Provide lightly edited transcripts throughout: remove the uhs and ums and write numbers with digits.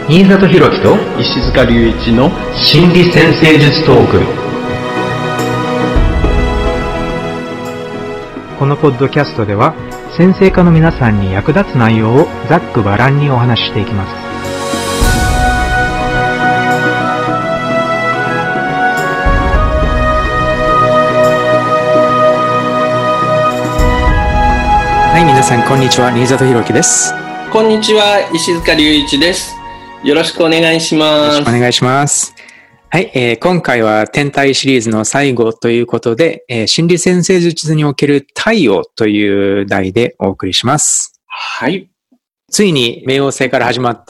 新里博樹と石塚隆一の心理先生術トーク。このポッドキャストでは先生科の皆さんに役立つ内容をざっくばらんにお話ししていきます。はい、皆さんこんにちは、新里博樹です。 こんにちは、石塚隆一です。よろしくお願いします。 よろしくお願いします。はい、今回は天体シリーズの最後ということで、心理先生術における太陽という題でお送りします。 はい。 ついに冥王星から始まって、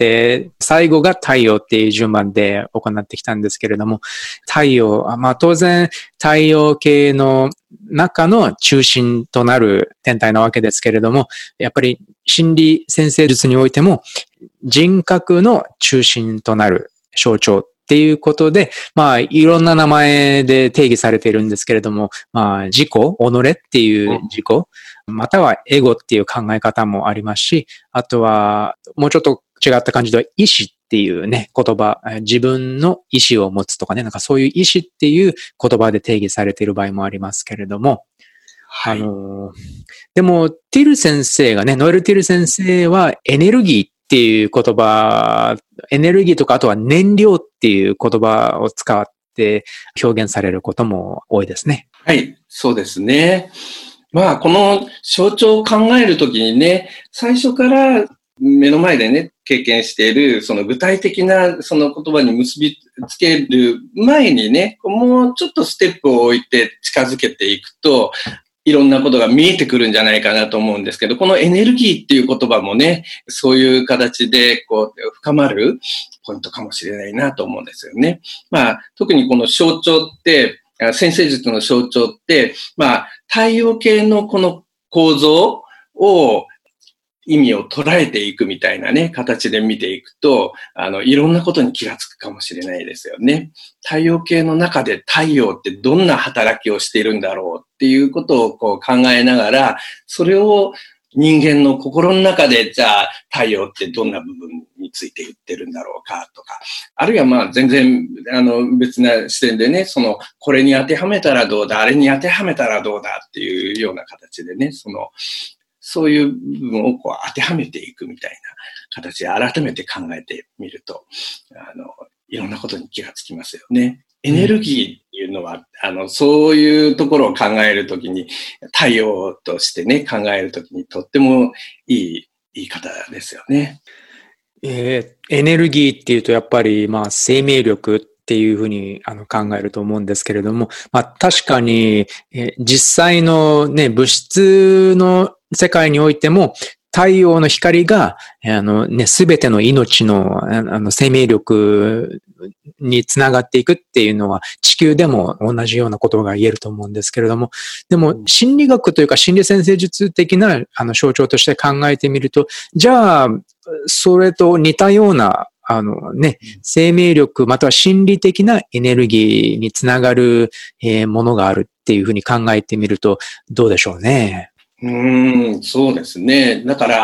最後が太陽っていう順番で行ってきたんですけれども、太陽、当然太陽系の中の中心となる天体なわけですけれども、やっぱり心理先生術においても人格の中心となる象徴っていうことで、いろんな名前で定義されているんですけれども、自己、己っていう自己、またはエゴっていう考え方もありますし、あとはもうちょっと違った感じで意志っていうね、言葉、自分の意志を持つとかね、なんかそういう意志っていう言葉で定義されている場合もありますけれども、 はい、 でもティル先生がね、ノエル・ティル先生はエネルギーっていう言葉、エネルギーとかあとは燃料っていう言葉を使って表現されることも多いですね。 はい、そうですね。この象徴を考えるときにね、最初から目の前でね、経験している、その具体的なその言葉に結びつける前にね、もうちょっとステップを置いて近づけていくと、いろんなことが見えてくるんじゃないかなと思うんですけど、このエネルギーっていう言葉もね、そういう形で深まるポイントかもしれないなと思うんですよね。特にこの象徴って、先生術の象徴って、太陽系のこの構造を意味を捉えていくみたいなね、形で見ていくと、いろんなことに気がつくかもしれないですよね。太陽系の中で太陽ってどんな働きをしているんだろうっていうことを考えながら、それを人間の心の中で、じゃあ太陽ってどんな部分について言ってるんだろうかとか、あるいは全然別な視点でね、これに当てはめたらどうだ、あれに当てはめたらどうだっていうような形でね、そういう部分を当てはめていくみたいな形で改めて考えてみると、いろんなことに気がつきますよね。エネルギーっていうのは、そういうところを考えるときに、太陽としてね、考えるときにとってもいい言い方ですよね。 エネルギーっていうとやっぱり生命力っていうふうに考えると思うんですけれども、確かに実際のね、物質の世界においても太陽の光がすべての命の生命力につながっていくっていうのは地球でも同じようなことが言えると思うんですけれども、でも心理学というか心理先生術的な象徴として考えてみると、じゃあそれと似たような生命力または心理的なエネルギーにつながるものがあるっていうふうに考えてみるとどうでしょうね。 そうですね。だから、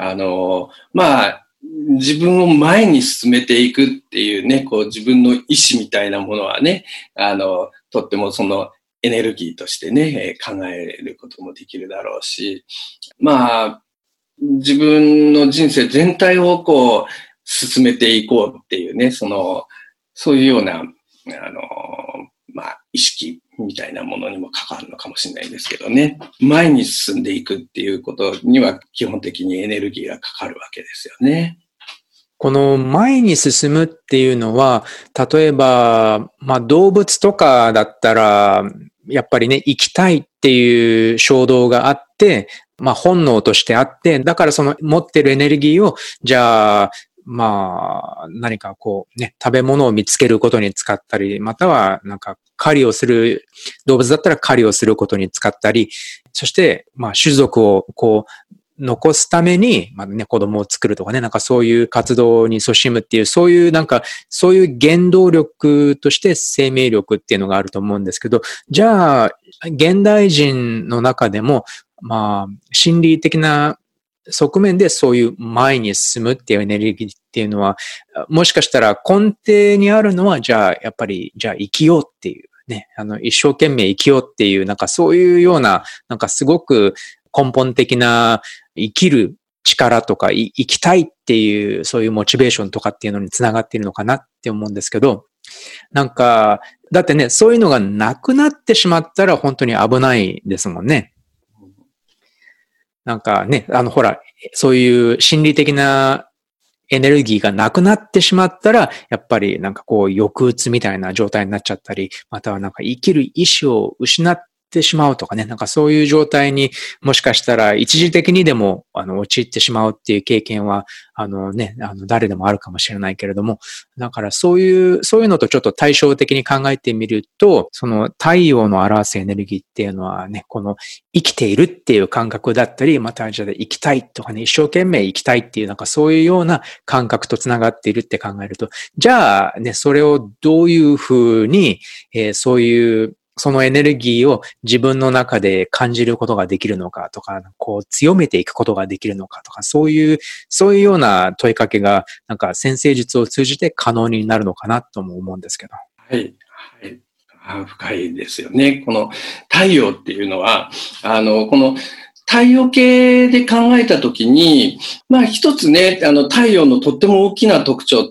自分を前に進めていくっていうね、自分の意志みたいなものはね、とってもそのエネルギーとしてね、考えることもできるだろうし、自分の人生全体を進めていこうっていうね、そういうような、意識みたいなものにも関わるのかもしれないですけどね。前に進んでいくっていうことには基本的にエネルギーがかかるわけですよね。 この前に進むっていうのは、例えば、動物とかだったら、やっぱりね、生きたいっていう衝動があって、本能としてあって、だからその持ってるエネルギーを、じゃあ、何か食べ物を見つけることに使ったり、または狩りをする、動物だったら狩りをすることに使ったり、そして、種族を残すために、子供を作るとかね、そういう活動に勤しむっていう、そういう原動力として生命力っていうのがあると思うんですけど、じゃあ、現代人の中でも、心理的な側面でそういう前に進むっていうエネルギーっていうのは、もしかしたら根底にあるのは、じゃあ、やっぱり、じゃあ生きようっていうね、一生懸命生きようっていう、なんかそういうような、なんかすごく根本的な生きる力とか、生きたいっていう、そういうモチベーションとかっていうのにつながっているのかなって思うんですけど、なんか、だってね、そういうのがなくなってしまったら本当に危ないですもんね。なんかね、ほら、そういう心理的なエネルギーがなくなってしまったら、やっぱりなんかこう抑うつみたいな状態になっちゃったり、またはなんか生きる意志を失ってしまうとかね、なんかそういう状態にもしかしたら一時的にでも陥ってしまうっていう経験は、誰でもあるかもしれないけれども、だからそういうのとちょっと対照的に考えてみると、その太陽の表すエネルギーっていうのはね、この生きているっていう感覚だったり、またはじゃあ生きたいとかね、一生懸命生きたいっていうなんかそういうような感覚とつながっているって考えると、じゃあね、それをどういうふうに、そのエネルギーを自分の中で感じることができるのかとか、こう強めていくことができるのかとか、そういうような問いかけが、なんか占星術を通じて可能になるのかなとも思うんですけど。 はい。はい。深いですよね。この太陽っていうのは、この太陽系で考えたときに、まあ一つね、太陽のとっても大きな特徴って、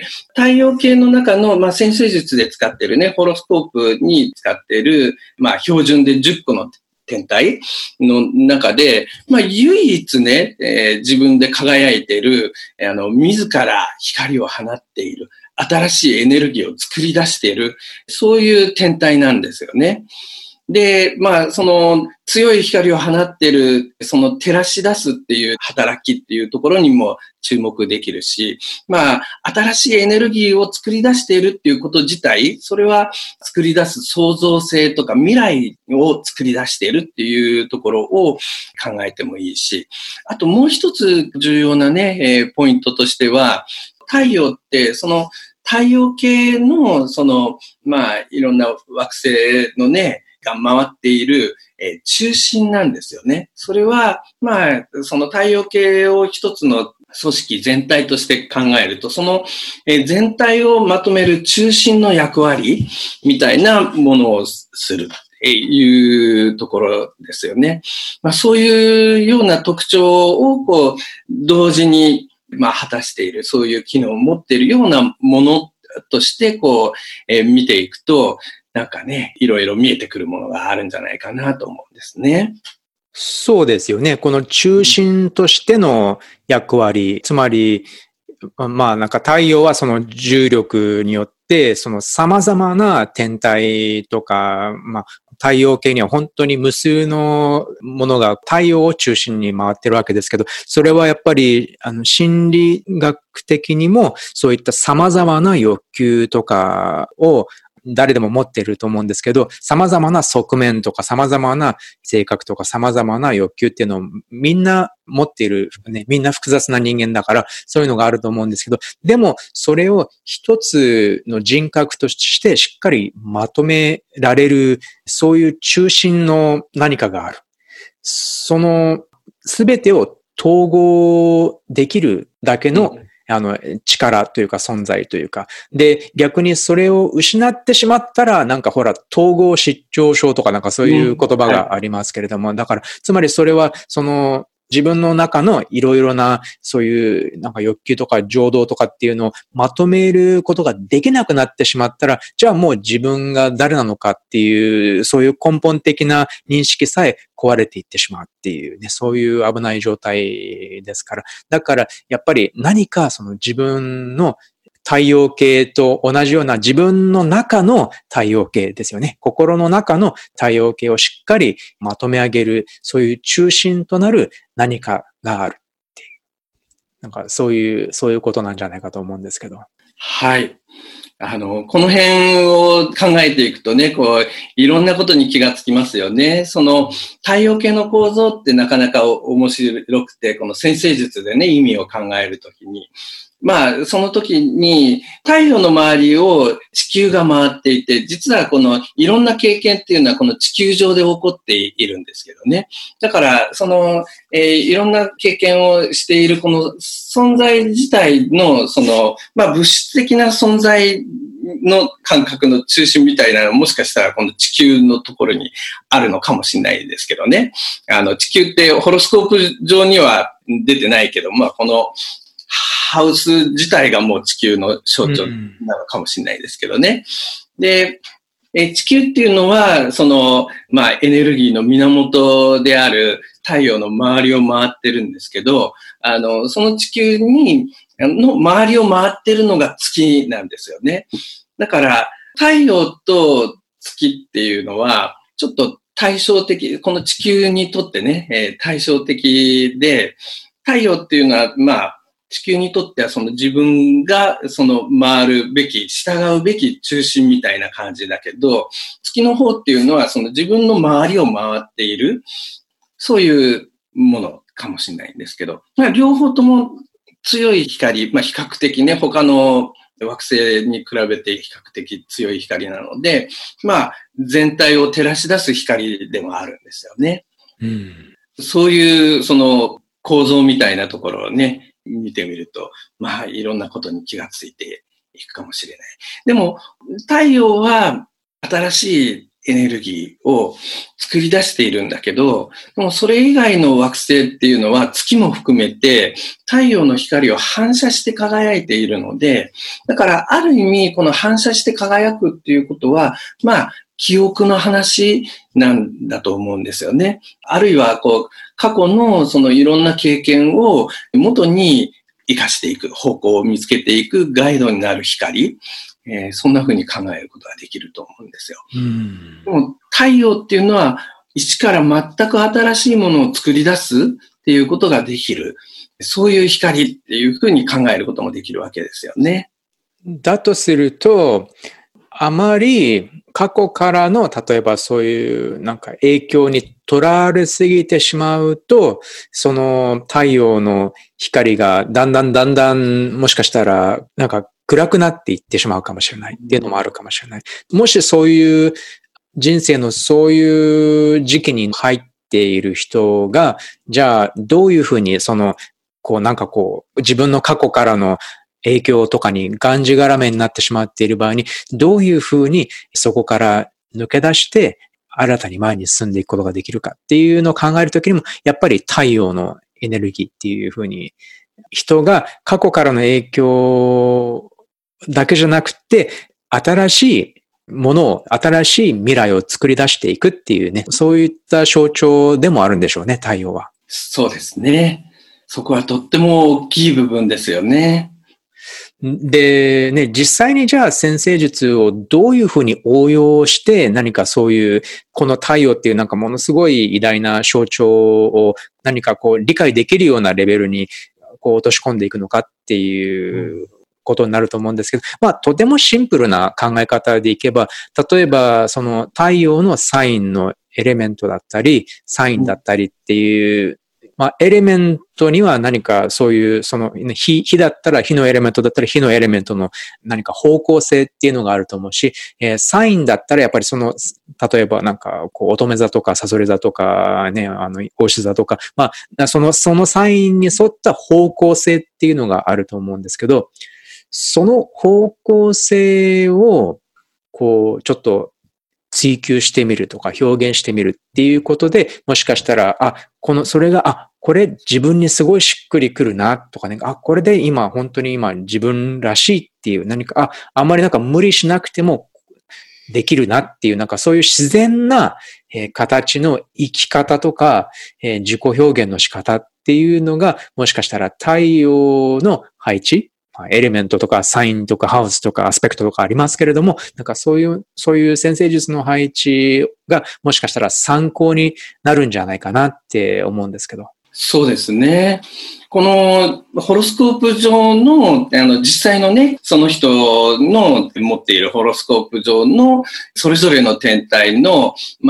太陽系の中の、まあ占星術で使ってるね、ホロスコープに使ってる、まあ標準で10個の天体の中で、まあ唯一ね、自分で輝いている、自ら光を放っている、新しいエネルギーを作り出している、そういう天体なんですよね。で、まあ、その強い光を放ってる、その照らし出すっていう働きっていうところにも注目できるし、まあ、新しいエネルギーを作り出しているっていうこと自体、それは作り出す創造性とか未来を作り出しているっていうところを考えてもいいし、あともう一つ重要なね、ポイントとしては、太陽ってその太陽系のまあ、いろんな惑星のね、が回っている、中心なんですよね。それは、まあ、その太陽系を一つの組織全体として考えると、その、全体をまとめる中心の役割みたいなものをするっていうところですよね。まあ、そういうような特徴をこう同時にまあ果たしている、そういう機能を持っているようなものとしてこう、見ていくと、なんかね、いろいろ見えてくるものがあるんじゃないかなと思うんですね。 そうですよね。この中心としての役割、つまり、まあなんか太陽はその重力によって、その様々な天体とか、まあ太陽系には本当に無数のものが太陽を中心に回ってるわけですけど、それはやっぱり心理学的にもそういった様々な欲求とかを誰でも持っていると思うんですけど、様々な側面とか様々な性格とか様々な欲求っていうのをみんな持っている、ね、みんな複雑な人間だからそういうのがあると思うんですけど、でもそれを一つの人格としてしっかりまとめられる、そういう中心の何かがある。その全てを統合できるだけの、力というか存在というか。で、逆にそれを失ってしまったら、なんかほら、統合失調症とかなんかそういう言葉がありますけれども、だから、つまりそれは、自分の中のいろいろな、そういうなんか欲求とか情動とかっていうのをまとめることができなくなってしまったら、じゃあもう自分が誰なのかっていう、そういう根本的な認識さえ壊れていってしまうっていうね、そういう危ない状態ですから。だから、やっぱり何かその自分の太陽系と同じような自分の中の太陽系ですよね。心の中の太陽系をしっかりまとめ上げる、そういう中心となる何かがあるっていう。なんかそういうことなんじゃないかと思うんですけど。 はい。この辺を考えていくとね、こう、いろんなことに気がつきますよね。その、太陽系の構造ってなかなか面白くて、この占星術でね、意味を考えるときに、 その時に太陽の周りを地球が回っていて、実はこのいろんな経験っていうのはこの地球上で起こっているんですけどね。だから、いろんな経験をしているこの存在自体の、物質的な存在の感覚の中心みたいなのもしかしたらこの地球のところにあるのかもしれないですけどね。地球ってホロスコープ上には出てないけど、このハウス自体がもう地球の象徴なのかもしれないですけどね。で、地球っていうのは、エネルギーの源である太陽の周りを回ってるんですけど、その地球の周りを回ってるのが月なんですよね。だから、太陽と月っていうのは、ちょっと対照的、この地球にとってね、対照的で、太陽っていうのは、地球にとっては自分が回るべき、従うべき中心みたいな感じだけど、月の方っていうのは自分の周りを回っている、そういうものかもしれないんですけど、両方とも強い光、比較的ね、他の惑星に比べて比較的強い光なので、全体を照らし出す光でもあるんですよね。そういう構造みたいなところをね、見てみると、いろんなことに気がついていくかもしれない。でも、太陽は新しいエネルギーを作り出しているんだけど、でもそれ以外の惑星っていうのは月も含めて太陽の光を反射して輝いているので、だからある意味この反射して輝くっていうことは、記憶の話なんだと思うんですよね。あるいは過去のいろんな経験を元に生かしていく、方向を見つけていくガイドになる光、そんな風に考えることができると思うんですよ。でも太陽っていうのは一から全く新しいものを作り出すっていうことができる。そういう光っていう風に考えることもできるわけですよね。 だとすると、あまり過去からの、例えばそういう影響にとらわれすぎてしまうと、その太陽の光がだんだんもしかしたら暗くなっていってしまうかもしれないっていうのもあるかもしれない。もしそういう人生のそういう時期に入っている人が、じゃあどういうふうに自分の過去からの影響とかにがんじがらめになってしまっている場合に、どういうふうにそこから抜け出して新たに前に進んでいくことができるかっていうのを考えるときにも、やっぱり太陽のエネルギーっていうふうに、人が過去からの影響だけじゃなくて、新しいものを、新しい未来を作り出していくっていうね、そういった象徴でもあるんでしょうね、太陽は。 そうですね。そこはとっても大きい部分ですよね。 で、ね、実際にじゃあ先生術をどういうふうに応用して何かそういう、この太陽っていうものすごい偉大な象徴を何か理解できるようなレベルに落とし込んでいくのかっていうことになると思うんですけど、とてもシンプルな考え方でいけば、例えばその太陽のサインのエレメントだったり、サインだったりっていう、エレメントには何かそういう、火だったら火のエレメントだったら火のエレメントの何か方向性っていうのがあると思うし、サインだったらやっぱり例えば乙女座とかサソリ座とかね、牡牛座とか、そのサインに沿った方向性っていうのがあると思うんですけど、その方向性を、ちょっと追求してみるとか表現してみるっていうことで、もしかしたら、それが、これ自分にすごいしっくりくるなとかね、これで本当に今自分らしいっていう何か、あんまり無理しなくてもできるなっていう、そういう自然な形の生き方とか、自己表現の仕方っていうのが、もしかしたら太陽の配置、エレメントとかサインとかハウスとかアスペクトとかありますけれども、そういう占星術の配置がもしかしたら参考になるんじゃないかなって思うんですけど。 そうですね。このホロスコープ上の、実際のね、その人の持っているホロスコープ上のそれぞれの天体の、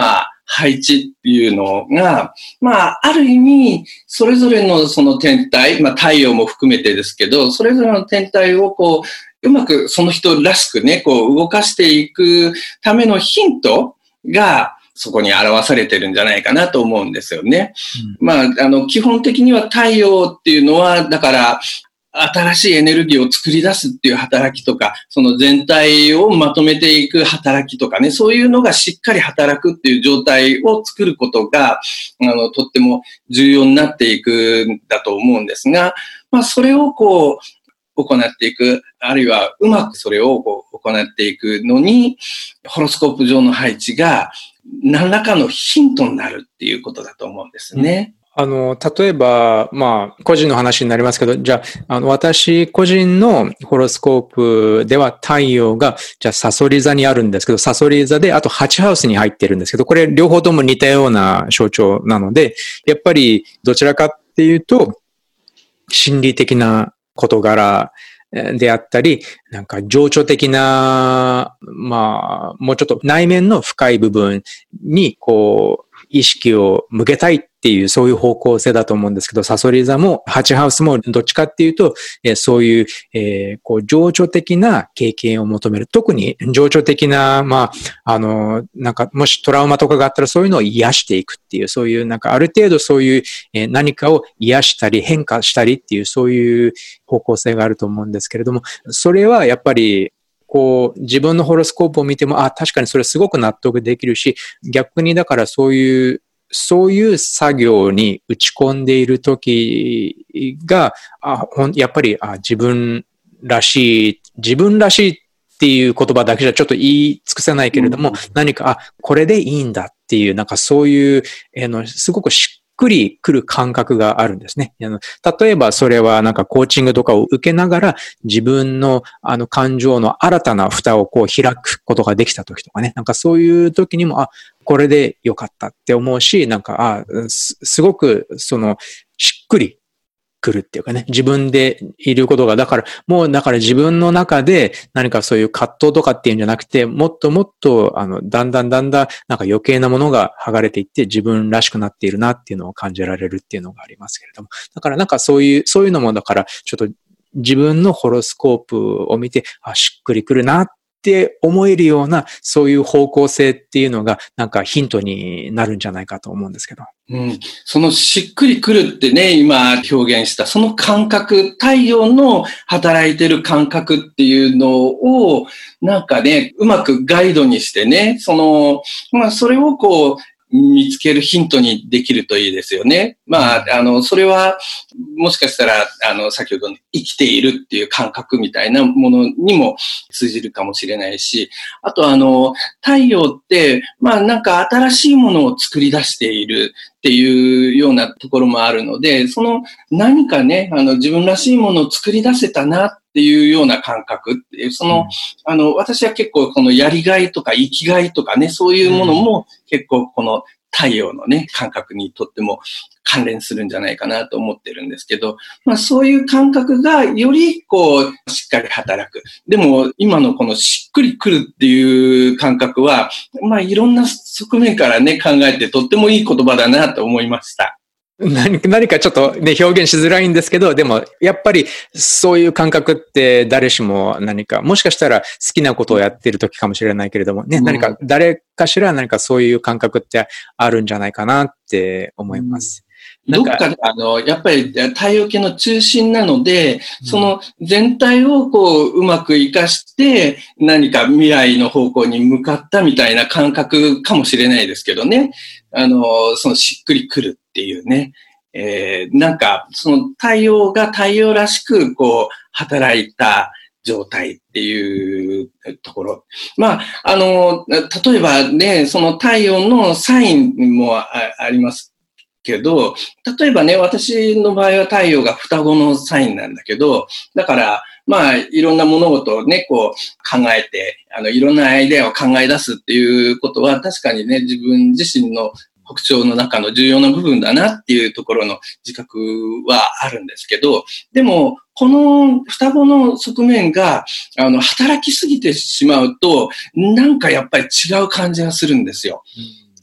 配置っていうのが、ある意味、それぞれのその天体、太陽も含めてですけど、それぞれの天体をうまくその人らしくね、動かしていくためのヒントが、そこに表されてるんじゃないかなと思うんですよね。基本的には太陽っていうのは、だから、新しいエネルギーを作り出すっていう働きとか、その全体をまとめていく働きとかね、そういうのがしっかり働くっていう状態を作ることが、とっても重要になっていくんだと思うんですが、それを行っていく、あるいはうまくそれを行っていくのに、ホロスコープ上の配置が何らかのヒントになるっていうことだと思うんですね。 例えば、個人の話になりますけど、じゃあ、私個人のホロスコープでは太陽が、じゃあ、サソリ座にあるんですけど、サソリ座で、あと8ハウスに入ってるんですけど、これ両方とも似たような象徴なので、やっぱりどちらかっていうと、心理的な事柄であったり、なんか情緒的な、もうちょっと内面の深い部分に、意識を向けたいっていう、そういう方向性だと思うんですけど、サソリ座も8ハウスもどっちかっていうと、そういう、情緒的な経験を求める。特に情緒的な、なんかもしトラウマとかがあったらそういうのを癒していくっていう、そういうなんかある程度そういう、何かを癒したり変化したりっていう、そういう方向性があると思うんですけれども、それはやっぱり、自分のホロスコープを見ても、確かにそれすごく納得できるし、逆にだからそういう作業に打ち込んでいる時が、やっぱり、自分らしいっていう言葉だけじゃちょっと言い尽くせないけれども、何か、これでいいんだっていう、なんかそういう、すごくしっくりくる感覚があるんですね。例えばそれはなんかコーチングとかを受けながら自分の感情の新たな蓋を開くことができた時とかね。なんかそういう時にも、これでよかったって思うし、なんか、すごくしっくり来るっていうかね、自分でいることが、だから自分の中で何かそういう葛藤とかっていうんじゃなくて、もっともっと、だんだんなんか余計なものが剥がれていって自分らしくなっているなっていうのを感じられるっていうのがありますけれども。だからなんかそういうのもだから、ちょっと自分のホロスコープを見て、しっくりくるなって思えるような、そういう方向性っていうのが、なんかヒントになるんじゃないかと思うんですけど。 そのしっくりくるってね、今表現した、その感覚、太陽の働いてる感覚っていうのを、なんかね、うまくガイドにしてね、それを見つけるヒントにできるといいですよね。それは、もしかしたら、先ほどの生きているっていう感覚みたいなものにも通じるかもしれないし、あと太陽って、なんか新しいものを作り出しているっていうようなところもあるので、何かね、自分らしいものを作り出せたなっていうような感覚っていう、私は結構このやりがいとか生きがいとかね、そういうものも結構この太陽のね、感覚にとっても関連するんじゃないかなと思ってるんですけど、そういう感覚がよりしっかり働く。でも今のこのしっくりくるっていう感覚は、いろんな側面からね、考えてとってもいい言葉だなと思いました。 何かちょっとね、表現しづらいんですけど、でも、やっぱり、そういう感覚って誰しも何か、もしかしたら好きなことをやっている時かもしれないけれども、ね、何か、誰かしら何かそういう感覚ってあるんじゃないかなって思います。 どっかでやっぱり太陽系の中心なので、その全体をうまく活かして、何か未来の方向に向かったみたいな感覚かもしれないですけどね。しっくりくるっていうね。なんか、その太陽が太陽らしく働いた状態っていうところ。例えばね、その太陽のサインもありますけど、例えばね、私の場合は太陽が双子のサインなんだけど、だから、いろんな物事をね、考えて、いろんなアイデアを考え出すっていうことは、確かにね、自分自身の北朝の中の重要な部分だなっていうところの自覚はあるんですけど、でも、この双子の側面が、働きすぎてしまうと、なんかやっぱり違う感じがするんですよ。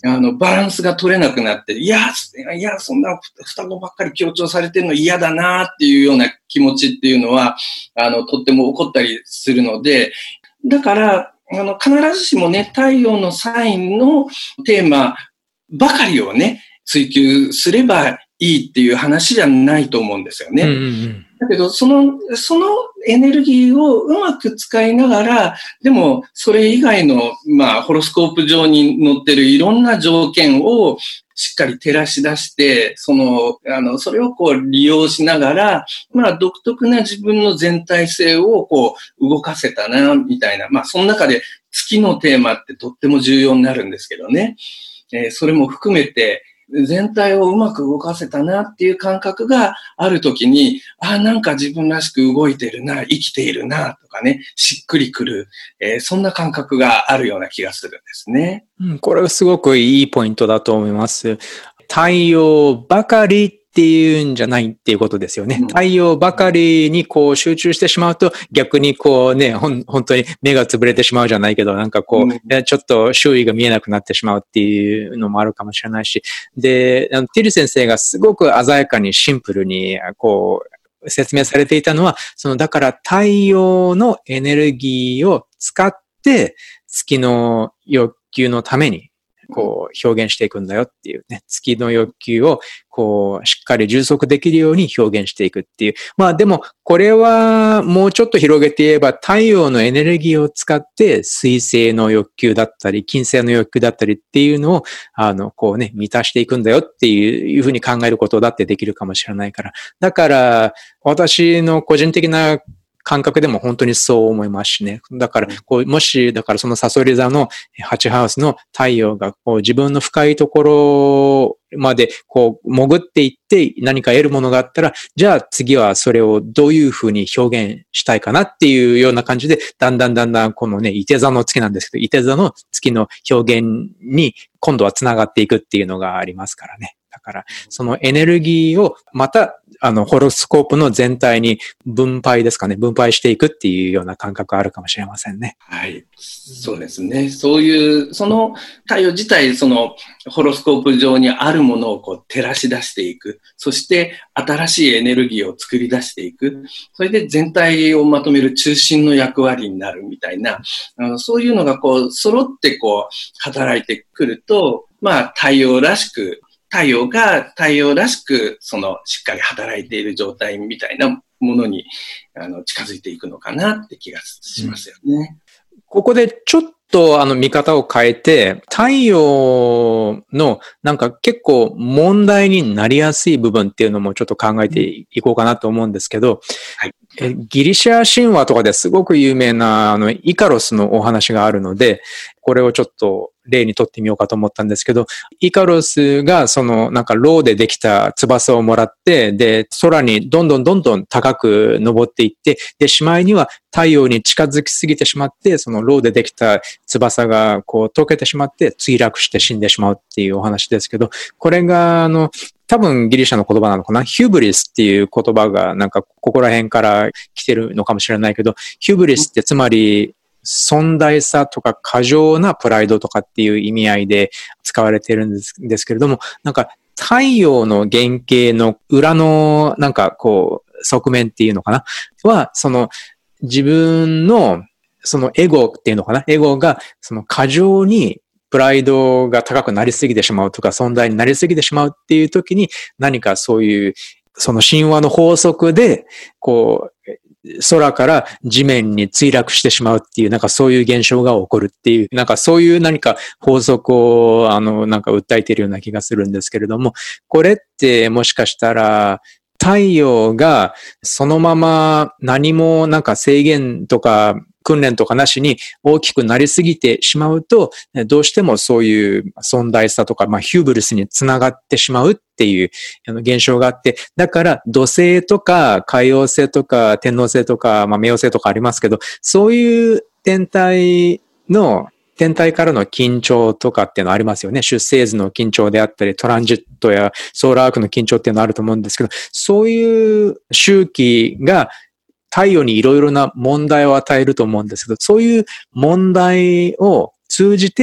バランスが取れなくなって、いや、そんな双子ばっかり強調されてるの嫌だなっていうような気持ちっていうのは、とっても起こったりするので、だから、必ずしもね、太陽のサインのテーマばかりをね、追求すればいいっていう話じゃないと思うんですよね。だけど、そのエネルギーをうまく使いながら、でも、それ以外の、ホロスコープ上に載ってるいろんな条件をしっかり照らし出して、それを利用しながら、独特な自分の全体性を動かせたな、みたいな。その中で月のテーマってとっても重要になるんですけどね。それも含めて、全体をうまく動かせたなっていう感覚があるときに、なんか自分らしく動いてるな、生きているな、とかね、しっくりくる、そんな感覚があるような気がするんですね。 これはすごくいいポイントだと思います。太陽ばかりっていうんじゃないっていうことですよね。太陽ばかりに集中してしまうと逆に本当に目が潰れてしまうじゃないけど、なんかちょっと周囲が見えなくなってしまうっていうのもあるかもしれないし。で、ティル先生がすごく鮮やかにシンプルに説明されていたのは、だから太陽のエネルギーを使って月の欲求のために表現していくんだよっていうね、月の欲求をしっかり充足できるように表現していくっていう。でも、これはもうちょっと広げて言えば、太陽のエネルギーを使って水星の欲求だったり、金星の欲求だったりっていうのを、満たしていくんだよっていうふうに考えることだってできるかもしれないから。だから、私の個人的な感覚でも本当にそう思いますしね。だから、もし、そのサソリ座の8ハウスの太陽が自分の深いところまで潜っていって何か得るものがあったら、じゃあ次はそれをどういうふうに表現したいかなっていうような感じで、だんだんこのね、いて座の月なんですけど、いて座の月の表現に今度はつながっていくっていうのがありますからね。だから、そのエネルギーをまた、ホロスコープの全体に分配していくっていうような感覚あるかもしれませんね。 はい。そうですね。そういう、その太陽自体、そのホロスコープ上にあるものを照らし出していく。そして新しいエネルギーを作り出していく。それで全体をまとめる中心の役割になるみたいな、そういうのが揃って働いてくると、太陽らしく、太陽らしく、しっかり働いている状態みたいなものに、近づいていくのかなって気がしますよね。 ここでちょっと見方を変えて、太陽のなんか結構問題になりやすい部分っていうのもちょっと考えていこうかなと思うんですけど、はい、ギリシャ神話とかですごく有名なイカロスのお話があるので、これをちょっと例にとってみようかと思ったんですけど、イカロスがなんかロウでできた翼をもらって、で、空にどんどん高く登っていって、で、しまいには太陽に近づきすぎてしまって、そのロウでできた翼が溶けてしまって墜落して死んでしまうっていうお話ですけど、これが多分ギリシャの言葉なのかな、ヒューブリスっていう言葉がなんかここら辺から来てるのかもしれないけど、ヒューブリスってつまり尊大さとか過剰なプライドとかっていう意味合いで使われているんですけれども、なんか太陽の原型の裏のなんか側面っていうのかなは、自分のエゴっていうのかな、エゴが過剰にプライドが高くなりすぎてしまうとか尊大になりすぎてしまうっていう時に何かそういう神話の法則で空から地面に墜落してしまうっていう、なんかそういう現象が起こるっていう、なんかそういう何か法則を、なんか訴えているような気がするんですけれども、これってもしかしたら、太陽がそのまま何もなんか制限とか訓練とかなしに大きくなりすぎてしまうと、どうしてもそういう尊大さとか、ヒューブリスにつながってしまうっていう現象があって、だから土星とか海王星とか天王星とか、冥王星とかありますけど、そういう天体からの緊張とかっていうのありますよね。出生図の緊張であったり、トランジットやソーラーアークの緊張っていうのあると思うんですけど、そういう周期が太陽にいろいろな問題を与えると思うんですけど、そういう問題を通じて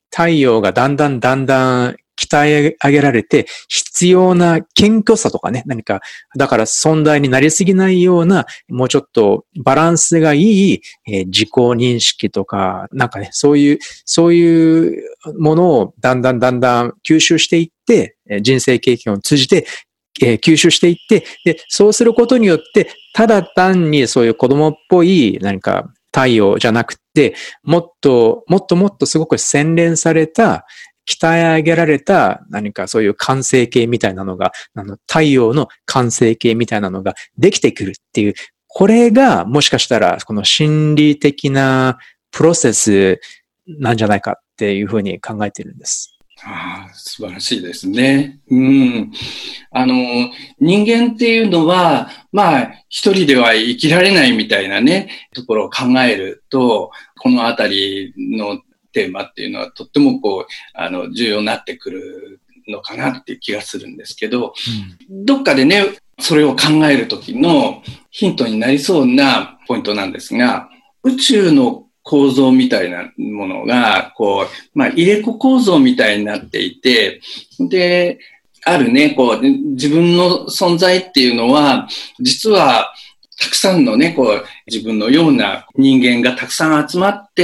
太陽がだんだん鍛え上げられて、必要な謙虚さとかね、何か、だから存在になりすぎないような、もうちょっとバランスがいい、自己認識とか、なんかね、そういうものをだんだん吸収していって、人生経験を通じて、吸収していって、で、そうすることによって、ただ単にそういう子供っぽい何か太陽じゃなくて、もっとすごく洗練された、鍛え上げられた何かそういう完成形みたいなのが、太陽の完成形みたいなのができてくるっていう、これがもしかしたらこの心理的なプロセスなんじゃないかっていうふうに考えているんです。 素晴らしいですね。人間っていうのは、一人では生きられないみたいなね、ところを考えると、このあたりのテーマっていうのはとっても重要になってくるのかなっていう気がするんですけど、どっかでね、それを考えるときのヒントになりそうなポイントなんですが、宇宙の構造みたいなものが、入れ子構造みたいになっていて、で、あるね、自分の存在っていうのは、実は、たくさんのね、自分のような人間がたくさん集まって、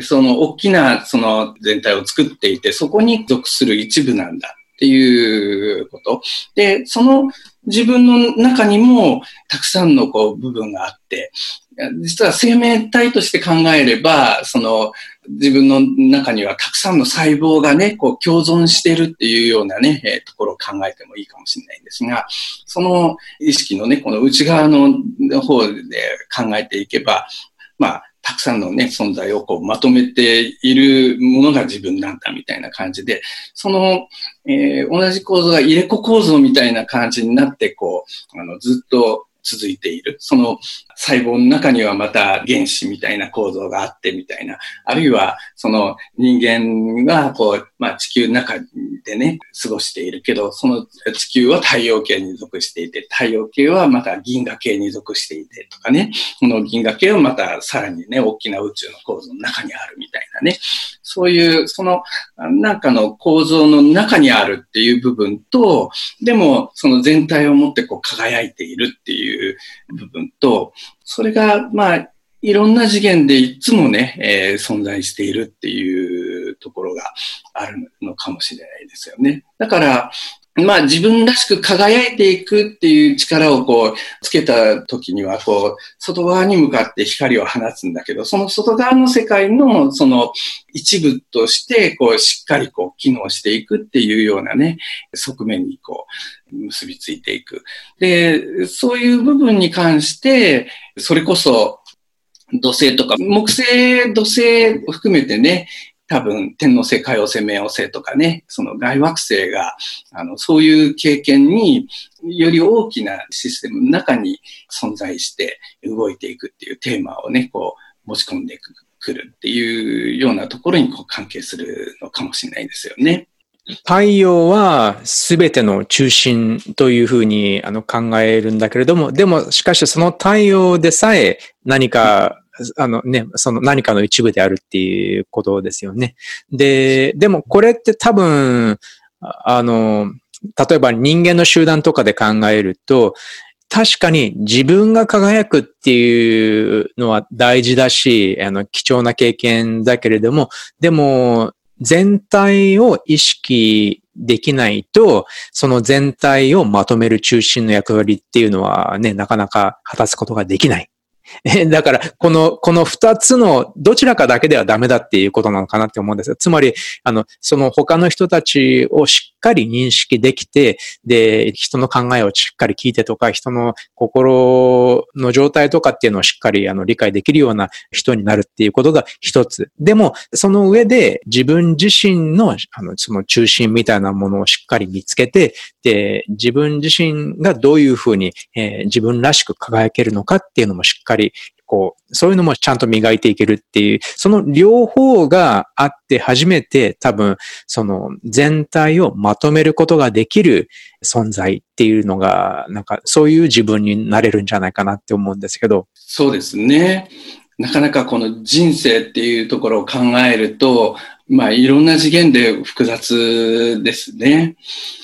その大きなその全体を作っていて、そこに属する一部なんだっていうこと。で、その自分の中にもたくさんの部分があって、実は生命体として考えれば、その自分の中にはたくさんの細胞がね、共存しているっていうようなね、ところを考えてもいいかもしれないんですが、その意識のね、この内側の方で考えていけば、たくさんのね、存在をまとめているものが自分なんだみたいな感じで、その、同じ構造が入れ子構造みたいな感じになって、ずっと続いている。その細胞の中にはまた原子みたいな構造があってみたいな。あるいはその人間が地球の中でね、過ごしているけど、その地球は太陽系に属していて、太陽系はまた銀河系に属していてとかね、この銀河系はまたさらにね、大きな宇宙の構造の中にあるみたいなね。そういう、そのなんかの構造の中にあるっていう部分と、でもその全体をもって輝いているっていう部分と、それがいろんな次元でいつもね、存在しているっていうところがあるのかもしれないですよね。だから自分らしく輝いていくっていう力をつけた時には外側に向かって光を放つんだけど、その外側の世界のその一部としてしっかり機能していくっていうようなね、側面に結びついていく。で、そういう部分に関して、それこそ土星とか木星、土星を含めてね、多分、天王星、海王星、冥王星とかね、その外惑星が、そういう経験により大きなシステムの中に存在して動いていくっていうテーマをね、持ち込んでくるっていうようなところに関係するのかもしれないですよね。 太陽は全ての中心というふうに考えるんだけれども、でもしかしその太陽でさえ何かその何かの一部であるっていうことですよね。でもこれって多分、例えば人間の集団とかで考えると、確かに自分が輝くっていうのは大事だし、貴重な経験だけれども、でも全体を意識できないと、その全体をまとめる中心の役割っていうのはね、なかなか果たすことができない。だから、この二つのどちらかだけではダメだっていうことなのかなって思うんですよ。つまり、その他の人たちをしっかり認識できて、で、人の考えをしっかり聞いてとか、人の心の状態とかっていうのをしっかり理解できるような人になるっていうことが一つ。でも、その上で自分自身の、その中心みたいなものをしっかり見つけて、で、自分自身がどういうふうに、自分らしく輝けるのかっていうのもしっかりそういうのもちゃんと磨いていけるっていう、その両方があって初めて多分、その全体をまとめることができる存在っていうのが、なんかそういう自分になれるんじゃないかなって思うんですけど。 そうですね。 なかなかこの人生っていうところを考えると、いろんな次元で複雑ですね。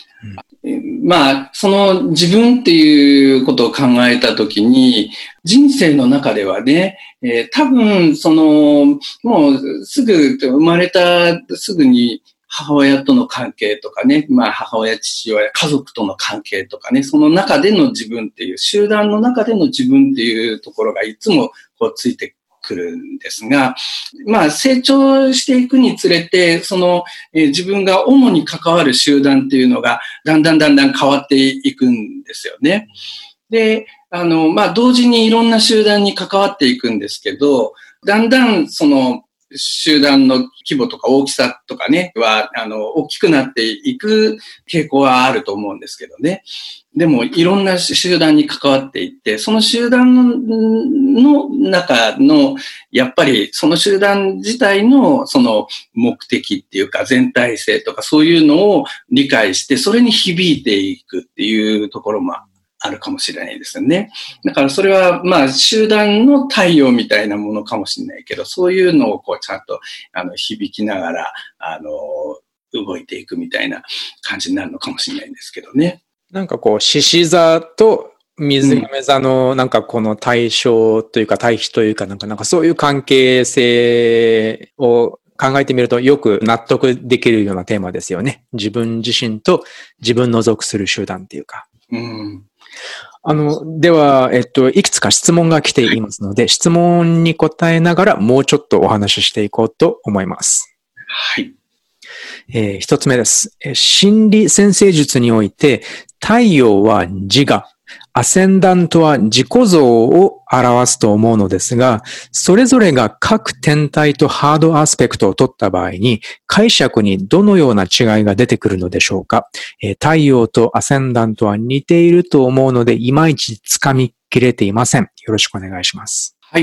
その自分っていうことを考えたときに、人生の中ではね、多分、もうすぐ生まれたすぐに母親との関係とかね、母親、父親、家族との関係とかね、その中での自分っていう、集団の中での自分っていうところがいつもこうついてくるんですが、成長していくにつれて、自分が主に関わる集団っていうのが、だんだん変わっていくんですよね。で、同時にいろんな集団に関わっていくんですけど、だんだん集団の規模とか大きさとかね、大きくなっていく傾向はあると思うんですけどね。でも、いろんな集団に関わっていって、その集団の中の、やっぱりその集団自体の目的っていうか全体性とかそういうのを理解して、それに響いていくっていうところもあるかもしれないですよね。だからそれは集団の太陽みたいなものかもしれないけど、そういうのをちゃんと響きながら動いていくみたいな感じになるのかもしれないんですけどね。 獅子座と水亀座のこの対象というか対比というかそういう関係性を考えてみるとよく納得できるようなテーマですよね。自分自身と自分の属する集団っていうか。では、いくつか質問が来ていますので、質問に答えながらもうちょっとお話ししていこうと思います。 はい。 一つ目です。心理占星術において、太陽は自我、アセンダントは自己像を表すと思うのですが、それぞれが各天体とハードアスペクトを取った場合に、解釈にどのような違いが出てくるのでしょうか。太陽とアセンダントは似ていると思うので、いまいちつかみきれていません。よろしくお願いします。 はい。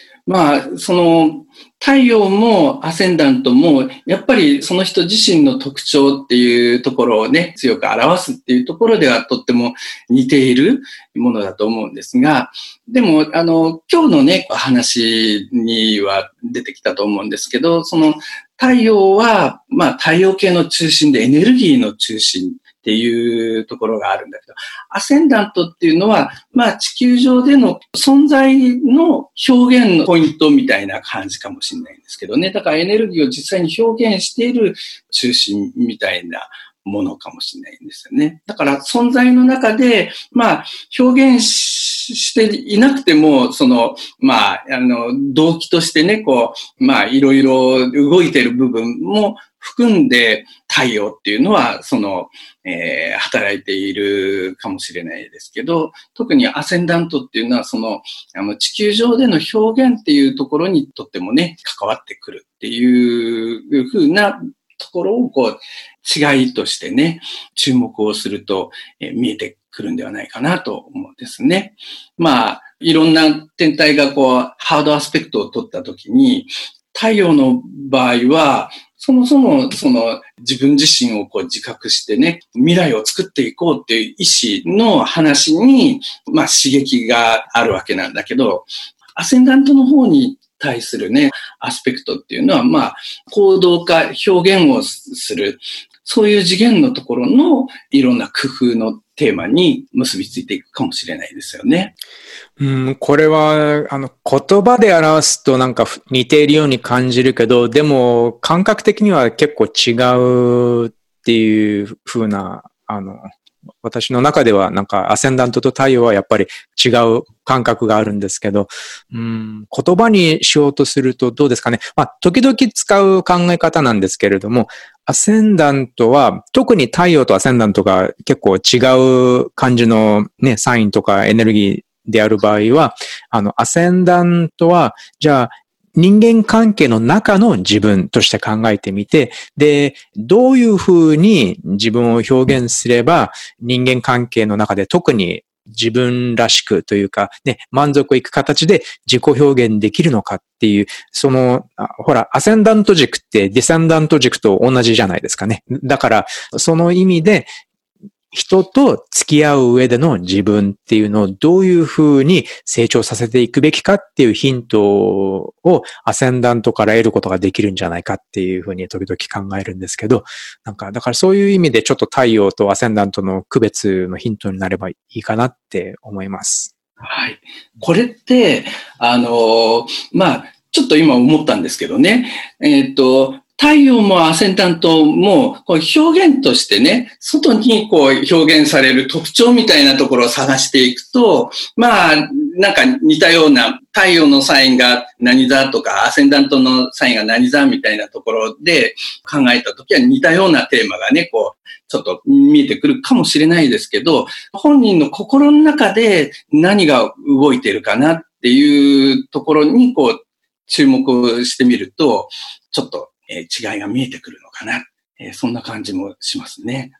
太陽もアセンダントも、やっぱりその人自身の特徴っていうところをね、強く表すっていうところではとっても似ているものだと思うんですが、でも、今日のね、話には出てきたと思うんですけど、太陽は、太陽系の中心でエネルギーの中心っていうところがあるんだけど、アセンダントっていうのは、地球上での存在の表現のポイントみたいな感じかもしれないんですけどね。だからエネルギーを実際に表現している中心みたいなものかもしれないんですよね。だから存在の中で、表現していなくても、動機としてね、いろいろ動いている部分も含んで、太陽っていうのは、働いているかもしれないですけど、特にアセンダントっていうのは、地球上での表現っていうところにとってもね、関わってくるっていうふうなところを、違いとしてね、注目をすると、見えてくるんではないかなと思うんですね。いろんな天体がハードアスペクトを取ったときに、太陽の場合は、そもそも自分自身を自覚してね、未来を作っていこうっていう意思の話に、刺激があるわけなんだけど、アセンダントの方に対するね、アスペクトっていうのは、行動化、表現をする、そういう次元のところのいろんな工夫のテーマに結びついていくかもしれないですよね。 これは、言葉で表すと似ているように感じるけど、でも感覚的には結構違うっていう風な、私の中ではアセンダントと太陽はやっぱり違う感覚があるんですけど、言葉にしようとするとどうですかね。時々使う考え方なんですけれども、アセンダントは、特に太陽とアセンダントが結構違う感じのね、サインとかエネルギーである場合は、アセンダントは、じゃあ、人間関係の中の自分として考えてみて、で、どういうふうに自分を表現すれば、人間関係の中で特に自分らしくというか、ね、満足いく形で自己表現できるのかっていう、アセンダント軸ってディセンダント軸と同じじゃないですかね。だから、その意味で、 人と付き合う上での自分っていうのをどういうふうに成長させていくべきかっていうヒントをアセンダントから得ることができるんじゃないかっていうふうに時々考えるんですけど、だからそういう意味でちょっと太陽とアセンダントの区別のヒントになればいいかなって思います。 はい。これって、ちょっと今思ったんですけどね。太陽もアセンダントもこう表現としてね、外にこう表現される特徴みたいなところを探していくと、なんか似たような太陽のサインが何座とかアセンダントのサインが何座みたいなところで考えたときは似たようなテーマがね、こうちょっと見えてくるかもしれないですけど、本人の心の中で何が動いてるかなっていうところにこう注目してみると、ちょっと違いが見えてくるのかな。そんな感じもしますね。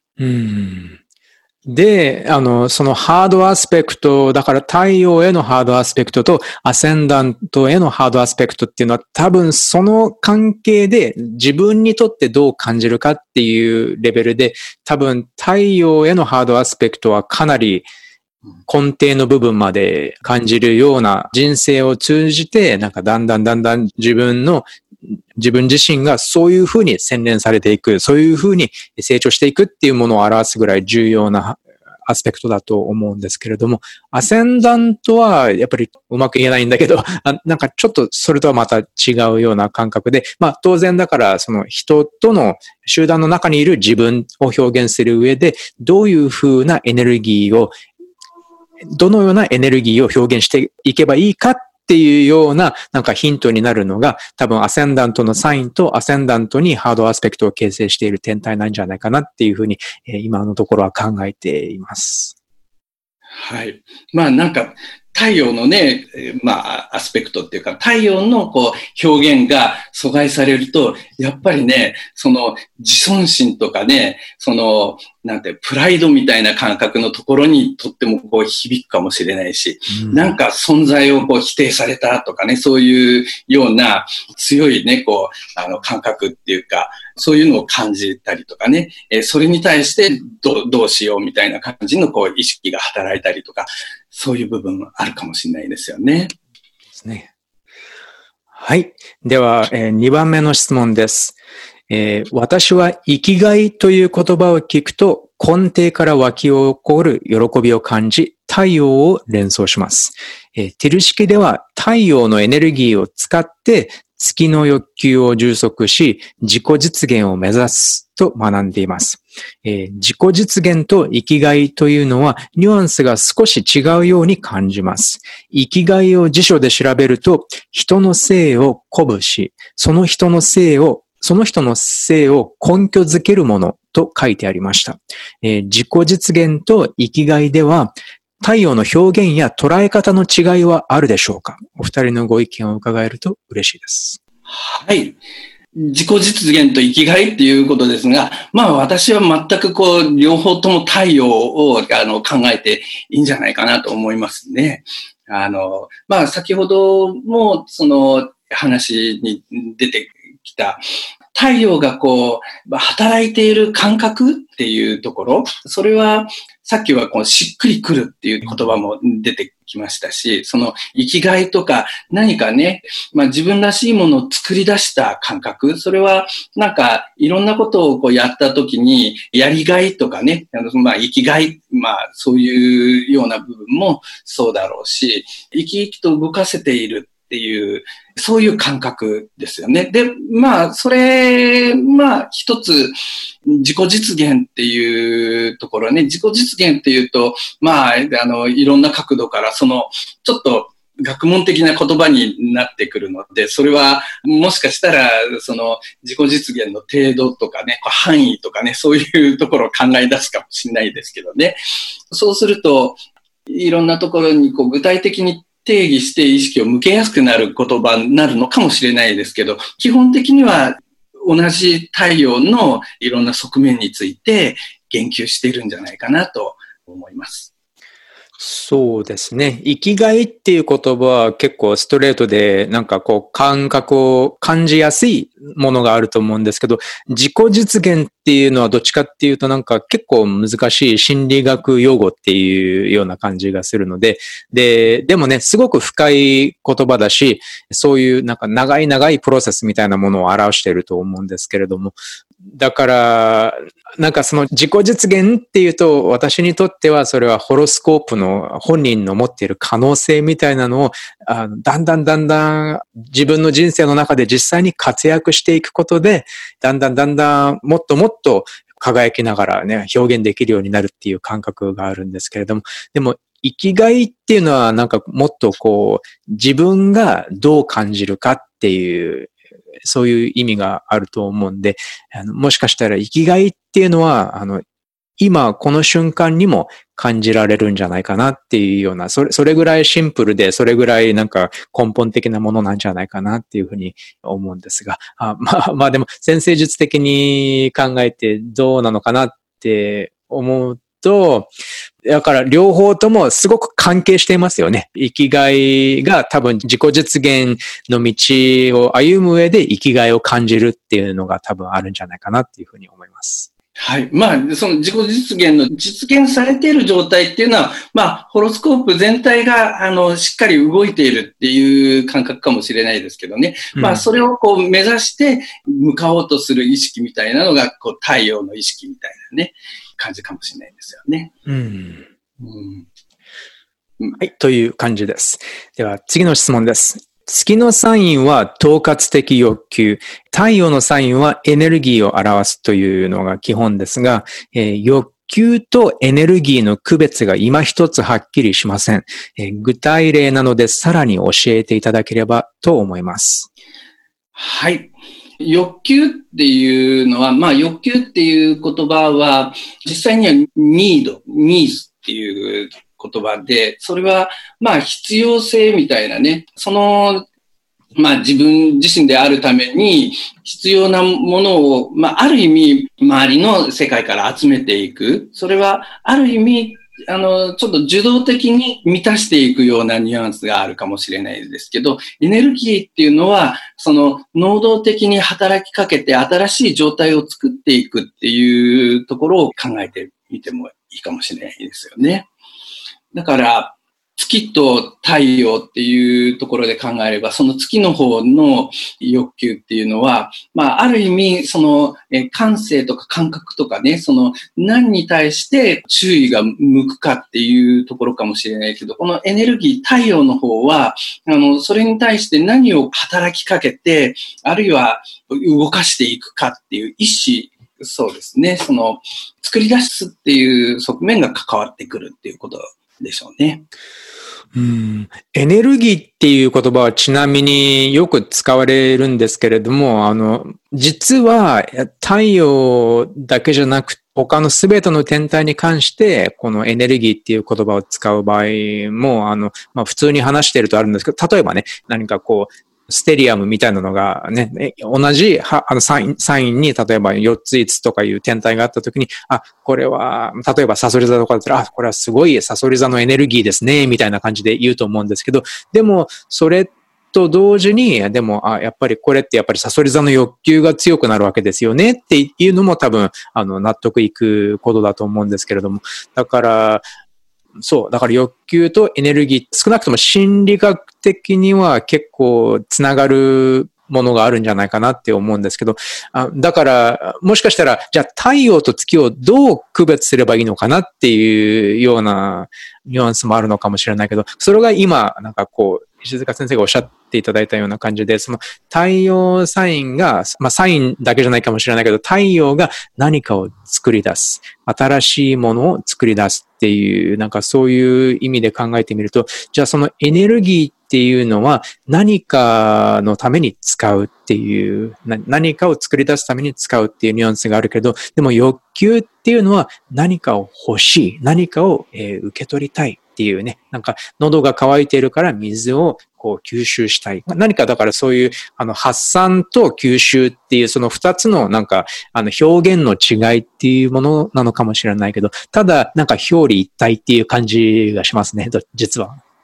で、そのハードアスペクト、だから太陽へのハードアスペクトとアセンダントへのハードアスペクトっていうのは多分その関係で自分にとってどう感じるかっていうレベルで、多分太陽へのハードアスペクトはかなり根底の部分まで感じるような人生を通じて、なんかだんだん自分自身がそういうふうに洗練されていく、そういうふうに成長していくっていうものを表すぐらい重要なアスペクトだと思うんですけれども、アセンダントはやっぱりうまく言えないんだけど、なんかちょっとそれとはまた違うような感覚で、当然だからその人との集団の中にいる自分を表現する上で、どういうふうなエネルギーを、どのようなエネルギーを表現していけばいいかっていうようななんかヒントになるのが多分アセンダントのサインとアセンダントにハードアスペクトを形成している天体なんじゃないかなっていうふうに今のところは考えています。 はい。なんか太陽のね、アスペクトっていうか、太陽のこう表現が阻害されると、やっぱりね、その自尊心とかね、その、プライドみたいな感覚のところにとってもこう響くかもしれないし、なんか存在をこう否定されたとかね、そういうような強いね、こう、感覚っていうか、そういうのを感じたりとかね、それに対してどうしようみたいな感じのこう意識が働いたりとか、そういう部分あるかもしれないですよね。 ですね。はい。では、2番目の質問です。私は生きがいという言葉を聞くと根底から湧き起こる喜びを感じ、太陽を連想します。ティル式では太陽のエネルギーを使って月の欲求を充足し、自己実現を目指すと学んでいます。自己実現と生きがいというのはニュアンスが少し違うように感じます。生きがいを辞書で調べると、人の性を鼓舞し、その人の性を根拠づけるものと書いてありました。自己実現と生きがいでは、太陽の表現や捉え方の違いはあるでしょうか？お二人のご意見を伺えると嬉しいです。 はい。自己実現と生きがいっていうことですが、私は全くこう、両方とも太陽を考えていいんじゃないかなと思いますね。先ほどもその話に出てきた太陽がこう、働いている感覚っていうところ、それはさっきはこうしっくりくるっていう言葉も出てきましたし、その生きがいとか何かね、自分らしいものを作り出した感覚、それはなんかいろんなことをこうやったときにやりがいとかね、生きがい、そういうような部分もそうだろうし、生き生きと動かせているっていう、そういう感覚ですよね。で、それ、一つ、自己実現っていうところね、自己実現っていうと、いろんな角度から、ちょっと、学問的な言葉になってくるので、それはもしかしたら、自己実現の程度とかね、範囲とかね、そういうところを考え出すかもしれないですけどね。そうすると、いろんなところにこう具体的に定義して意識を向けやすくなる言葉になるのかもしれないですけど、基本的には同じ太陽のいろんな側面について言及しているんじゃないかなと思います。 そうですね。生きがいっていう言葉は結構ストレートでなんかこう感覚を感じやすいものがあると思うんですけど、自己実現っていうのはどっちかっていうとなんか結構難しい心理学用語っていうような感じがするので、でもね、すごく深い言葉だし、そういうなんか長いプロセスみたいなものを表していると思うんですけれども、だから、なんかその自己実現っていうと、私にとってはそれはホロスコープの本人の持っている可能性みたいなのを、だんだん自分の人生の中で実際に活躍していくことで、だんだんもっと輝きながらね、表現できるようになるっていう感覚があるんですけれども、でも生きがいっていうのはなんかもっとこう、自分がどう感じるかっていう、そういう意味があると思うんで、もしかしたら生きがいっていうのは、今この瞬間にも感じられるんじゃないかなっていうような、それぐらいシンプルで、それぐらいなんか根本的なものなんじゃないかなっていうふうに思うんですが、まあでも先生術的に考えてどうなのかなって思うと、だから両方ともすごく関係していますよね。生きがいが多分自己実現の道を歩む上で生きがいを感じるっていうのが多分あるんじゃないかなっていうふうに思います。 はい。まあ、その自己実現の実現されている状態っていうのは、まあ、ホロスコープ全体が、しっかり動いているっていう感覚かもしれないですけどね。まあ、それをこう目指して向かおうとする意識みたいなのが、こう、太陽の意識みたいなね、感じかもしれないですよね。 はい、という感じです。では、次の質問です。月のサインは統括的欲求。太陽のサインはエネルギーを表すというのが基本ですが、欲求とエネルギーの区別が今一つはっきりしません。具体例なのでさらに教えていただければと思います。 はい。欲求っていうのは、まあ欲求っていう言葉は実際にはneedsっていう言葉で、それは、まあ、必要性みたいなね、まあ、自分自身であるために必要なものを、まあ、ある意味、周りの世界から集めていく。それは、ある意味、ちょっと受動的に満たしていくようなニュアンスがあるかもしれないですけど、エネルギーっていうのは、能動的に働きかけて新しい状態を作っていくっていうところを考えてみてもいいかもしれないですよね。だから、月と太陽っていうところで考えれば、その月の方の欲求っていうのは、まあ、ある意味、感性とか感覚とかね、何に対して注意が向くかっていうところかもしれないけど、このエネルギー、太陽の方は、それに対して何を働きかけて、あるいは動かしていくかっていう意思、そうですね、作り出すっていう側面が関わってくるっていうことでしょうね。 エネルギーっていう言葉はちなみによく使われるんですけれども、実は太陽だけじゃなく他のすべての天体に関してこのエネルギーっていう言葉を使う場合もまあ、普通に話しているとあるんですけど、例えばね、何かこうステリアムみたいなのがね、同じサインに例えば4つ5つとかいう天体があったときに、これは、例えばサソリ座とかだったら、これはすごいサソリ座のエネルギーですね、みたいな感じで言うと思うんですけど、でも、それと同時に、でも、やっぱりこれってやっぱりサソリ座の欲求が強くなるわけですよねっていうのも多分、納得いくことだと思うんですけれども、だから欲求とエネルギー、少なくとも心理学的には結構つながるものがあるんじゃないかなって思うんですけど、だから、もしかしたら、じゃあ太陽と月をどう区別すればいいのかなっていうようなニュアンスもあるのかもしれないけど、それが今、なんかこう、石塚先生がおっしゃっていただいたような感じで、太陽サインが、まあサインだけじゃないかもしれないけど、太陽が何かを作り出す。新しいものを作り出すっていう、なんかそういう意味で考えてみると、じゃあそのエネルギーっていうのは何かのために使うっていう、何かを作り出すために使うっていうニュアンスがあるけど、でも欲求っていうのは何かを欲しい、何かを、受け取りたい。っていうね、なんか喉が渇いているから水をこう吸収したい。何かだからそういう発散と吸収っていうその二つのなんか表現の違いっていうものなのかもしれないけど、ただなんか表裏一体っていう感じがしますね、実は。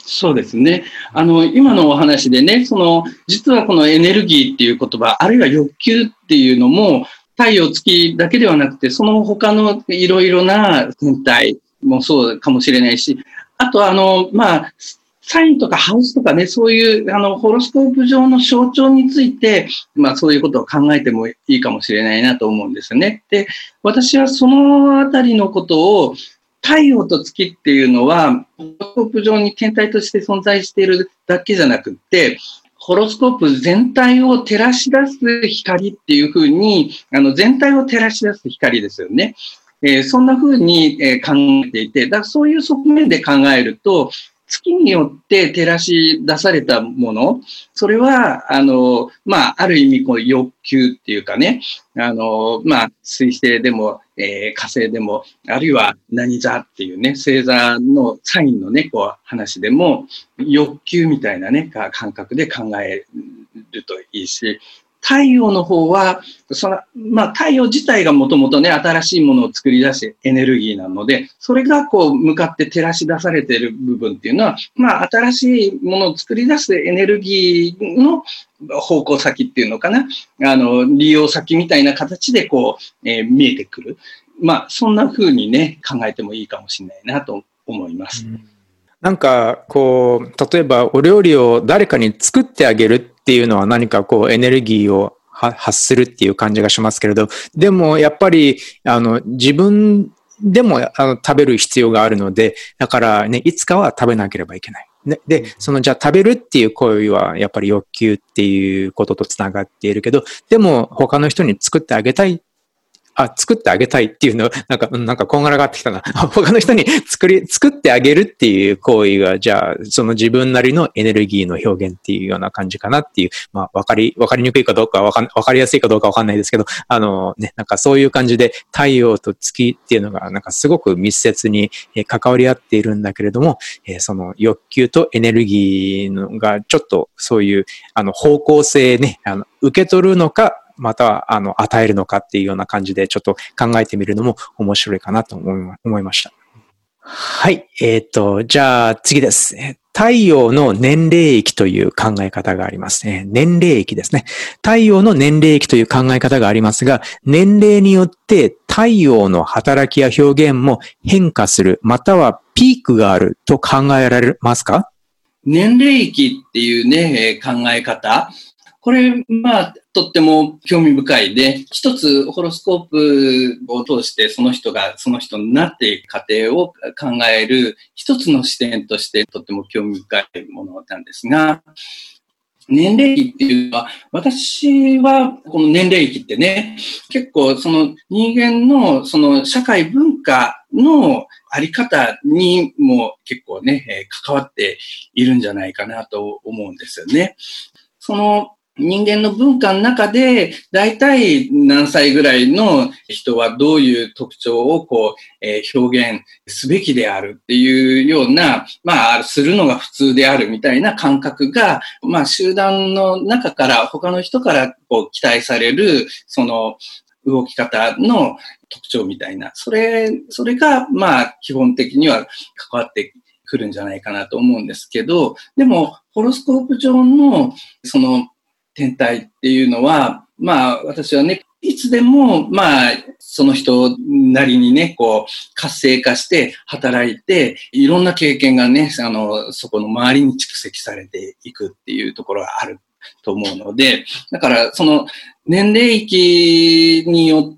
そうですね。今のお話でね、実はこのエネルギーっていう言葉、あるいは欲求っていうのも、太陽、月だけではなくて、その他のいろいろな天体もそうかもしれないし、あとサインとかハウスとかね、そういうホロスコープ上の象徴について、そういうことを考えてもいいかもしれないなと思うんですね。で、私はそのあたりのことを、太陽と月っていうのは、ホロスコープ上に天体として存在しているだけじゃなくって、ホロスコープ全体を照らし出す光っていうふうに、全体を照らし出す光ですよね。そんなふうに考えていて、だからそういう側面で考えると、月によって照らし出されたもの、それは、ある意味、こう欲求っていうかね、水星でも、火星でも、あるいは何座っていうね、星座のサインのね、こう話でも、欲求みたいなね、感覚で考えるといいし、太陽の方は、太陽自体がもともとね、新しいものを作り出してエネルギーなので、それがこう、向かって照らし出されている部分っていうのは、新しいものを作り出すエネルギーの方向先っていうのかな、利用先みたいな形でこう、見えてくる。そんな風にね、考えてもいいかもしれないなと思います。 なんか、こう、例えばお料理を誰かに作ってあげるっていうのは何かこうエネルギーを発するっていう感じがしますけれど、でもやっぱり、自分でも食べる必要があるので、だからね、いつかは食べなければいけない。で、じゃあ食べるっていう行為はやっぱり欲求っていうこととつながっているけど、でも他の人に作ってあげたいっていうの、なんかこんがらがってきたな。他の人に作ってあげるっていう行為が、じゃあ、その自分なりのエネルギーの表現っていうような感じかなっていう、わかりにくいかどうかわかりやすいかどうかわかんないですけど、なんかそういう感じで太陽と月っていうのが、なんかすごく密接に関わり合っているんだけれども、その欲求とエネルギーのがちょっとそういう、方向性ね、受け取るのか、または、与えるのかっていうような感じでちょっと考えてみるのも面白いかなと思いました。はい。じゃあ次です。太陽の年齢域という考え方がありますね。年齢域ですね。太陽の年齢域という考え方がありますが、年齢によって太陽の働きや表現も変化する、またはピークがあると考えられますか？ 年齢域っていうね、考え方。これ、とっても興味深いで、一つホロスコープを通してその人がその人になっていく過程を考える一つの視点としてとっても興味深いものなんですが、年齢域っていうのは、私はこの年齢域ってね、結構その人間のその社会文化のあり方にも結構ね、関わっているんじゃないかなと思うんですよね。その人間の文化の中で、だいたい何歳ぐらいの人はどういう特徴をこう、表現すべきであるっていうような、するのが普通であるみたいな感覚が、集団の中から他の人からこう期待される、その動き方の特徴みたいな、それが基本的には関わってくるんじゃないかなと思うんですけど、でもホロスコープ上のその天体っていうのは、私はね、いつでも、その人なりにね、こう、活性化して働いて、いろんな経験がね、そこの周りに蓄積されていくっていうところがあると思うので、だから、その年齢域によって、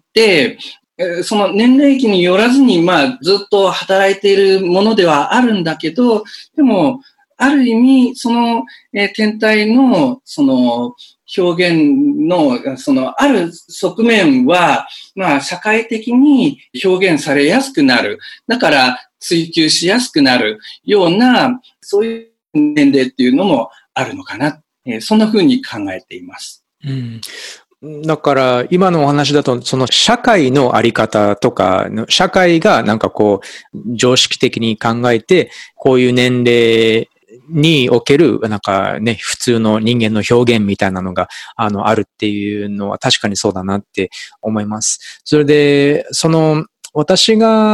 その年齢域によらずに、ずっと働いているものではあるんだけど、でも、ある意味、その、天体の、その、表現の、その、ある側面は、社会的に表現されやすくなる。だから、追求しやすくなるような、そういう年齢っていうのもあるのかな。そんな風に考えています。 だから、今のお話だと、その社会のあり方とか、社会がなんかこう、常識的に考えて、こういう年齢における、なんかね、普通の人間の表現みたいなのが、あるっていうのは確かにそうだなって思います。それで、私が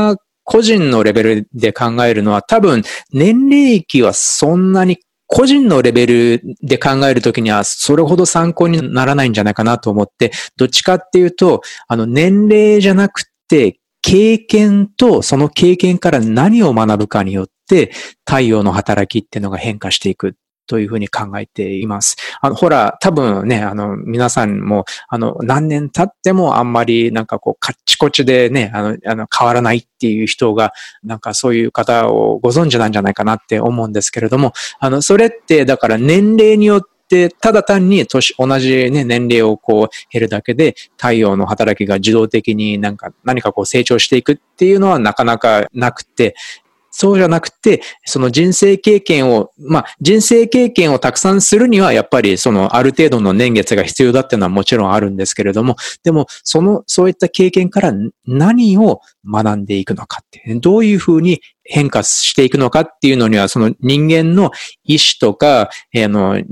個人のレベルで考えるのは多分年齢期はそんなに個人のレベルで考えるときにはそれほど参考にならないんじゃないかなと思って、どっちかっていうと、年齢じゃなくて経験とその経験から何を学ぶかによって太陽の働きっていうのが変化していく。というふうに考えています。ほら、多分ね、皆さんも、何年経ってもあんまりなんかこう、カッチコチでね、変わらないっていう人が、なんかそういう方をご存知なんじゃないかなって思うんですけれども、それって、だから年齢によって、ただ単に同じね、年齢をこう減るだけで太陽の働きが自動的に何かこう成長していくっていうのはなかなかなくて、そうじゃなくて、その人生経験をたくさんするには、やっぱりある程度の年月が必要だっていうのはもちろんあるんですけれども、でも、そういった経験から何を学んでいくのかって、どういうふうに変化していくのかっていうのには、その人間の意志とか、周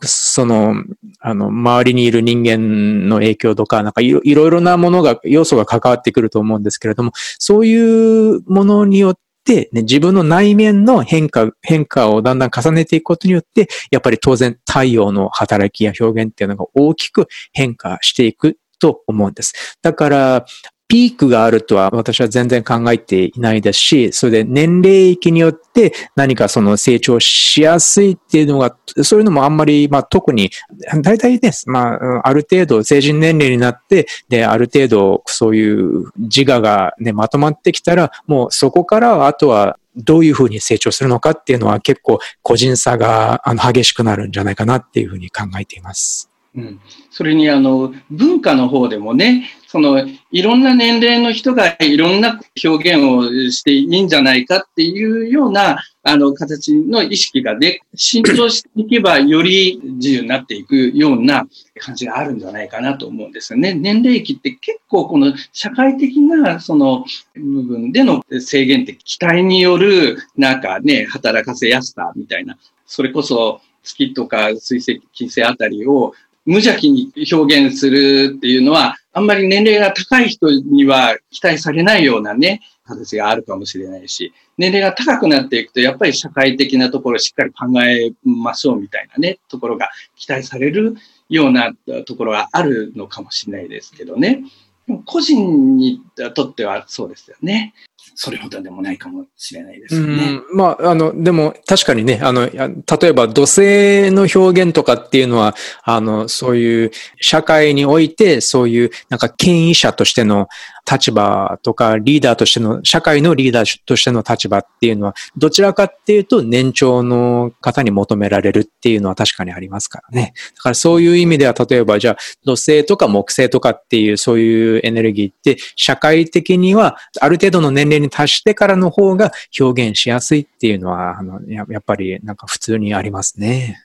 りにいる人間の影響とか、なんかいろいろな要素が関わってくると思うんですけれども、そういうものによって、自分の内面の変化をだんだん重ねていくことによって、やっぱり当然太陽の働きや表現っていうのが大きく変化していくと思うんです。だから、ピークがあるとは私は全然考えていないですし、それで年齢期によって何か成長しやすいっていうのが、そういうのもあんまり、特に、大体です。ある程度成人年齢になって、で、ある程度そういう自我がね、まとまってきたら、もうそこからあとはどういうふうに成長するのかっていうのは結構個人差が激しくなるんじゃないかなっていうふうに考えています。 うん。それに文化の方でもね、いろんな年齢の人がいろんな表現をしていいんじゃないかっていうような、形の意識が浸透していけばより自由になっていくような感じがあるんじゃないかなと思うんですよね。年齢期って結構この社会的な部分での制限って期待によるなんかね、働かせやすさみたいな、それこそ月とか水星、金星あたりを無邪気に表現するっていうのは、あんまり年齢が高い人には期待されないようなね、形があるかもしれないし、年齢が高くなっていくと、やっぱり社会的なところをしっかり考えましょうみたいなね、ところが期待されるようなところがあるのかもしれないですけどね。個人にとってはそうですよね。それほどでもないかもしれないですよね。 でも確かにね、例えば土星の表現とかっていうのは、そういう社会において、そういうなんか権威者としての立場とか、リーダーとしての、社会のリーダーとしての立場っていうのは、どちらかっていうと年長の方に求められるっていうのは確かにありますからね。だからそういう意味では、例えばじゃあ土星とか木星とかっていうそういうエネルギーって、社会的にはある程度の年齢に達してからの方が表現しやすいっていうのは、やっぱりなんか普通にありますね。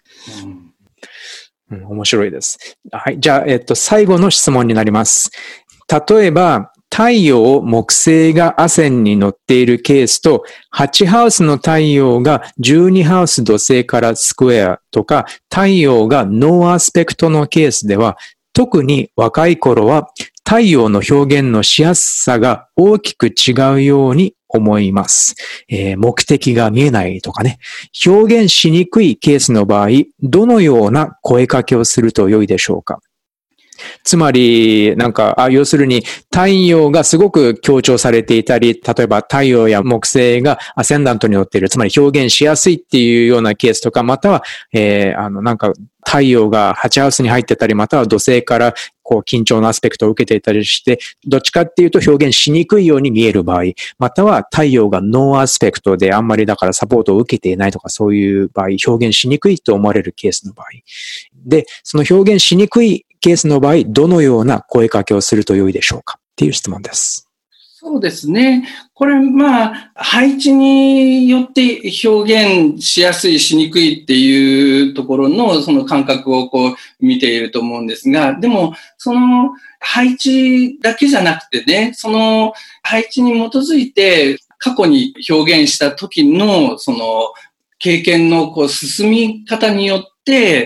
面白いです。はい。じゃあ、最後の質問になります。例えば、太陽、木星がアセンに乗っているケースと、8ハウスの太陽が12ハウス土星からスクエアとか、太陽がノーアスペクトのケースでは、特に若い頃は太陽の表現のしやすさが大きく違うように思います。目的が見えないとかね。表現しにくいケースの場合、どのような声かけをすると良いでしょうか？つまり、要するに太陽がすごく強調されていたり、例えば太陽や木星がアセンダントに乗っている、つまり表現しやすいっていうようなケースとか、または、太陽が8ハウスに入ってたり、または土星から緊張のアスペクトを受けていたりして、どっちかっていうと表現しにくいように見える場合、または太陽がノーアスペクトであんまりだからサポートを受けていないとか、そういう場合、表現しにくいと思われるケースの場合。で、その表現しにくいケースの場合、どのような声かけをすると良いでしょうかっていう質問です。 そうですね。これ、配置によって表現しやすい、しにくいっていうところのその感覚を見ていると思うんですが、でも、その配置だけじゃなくてね、その配置に基づいて過去に表現した時のその経験の進み方によって、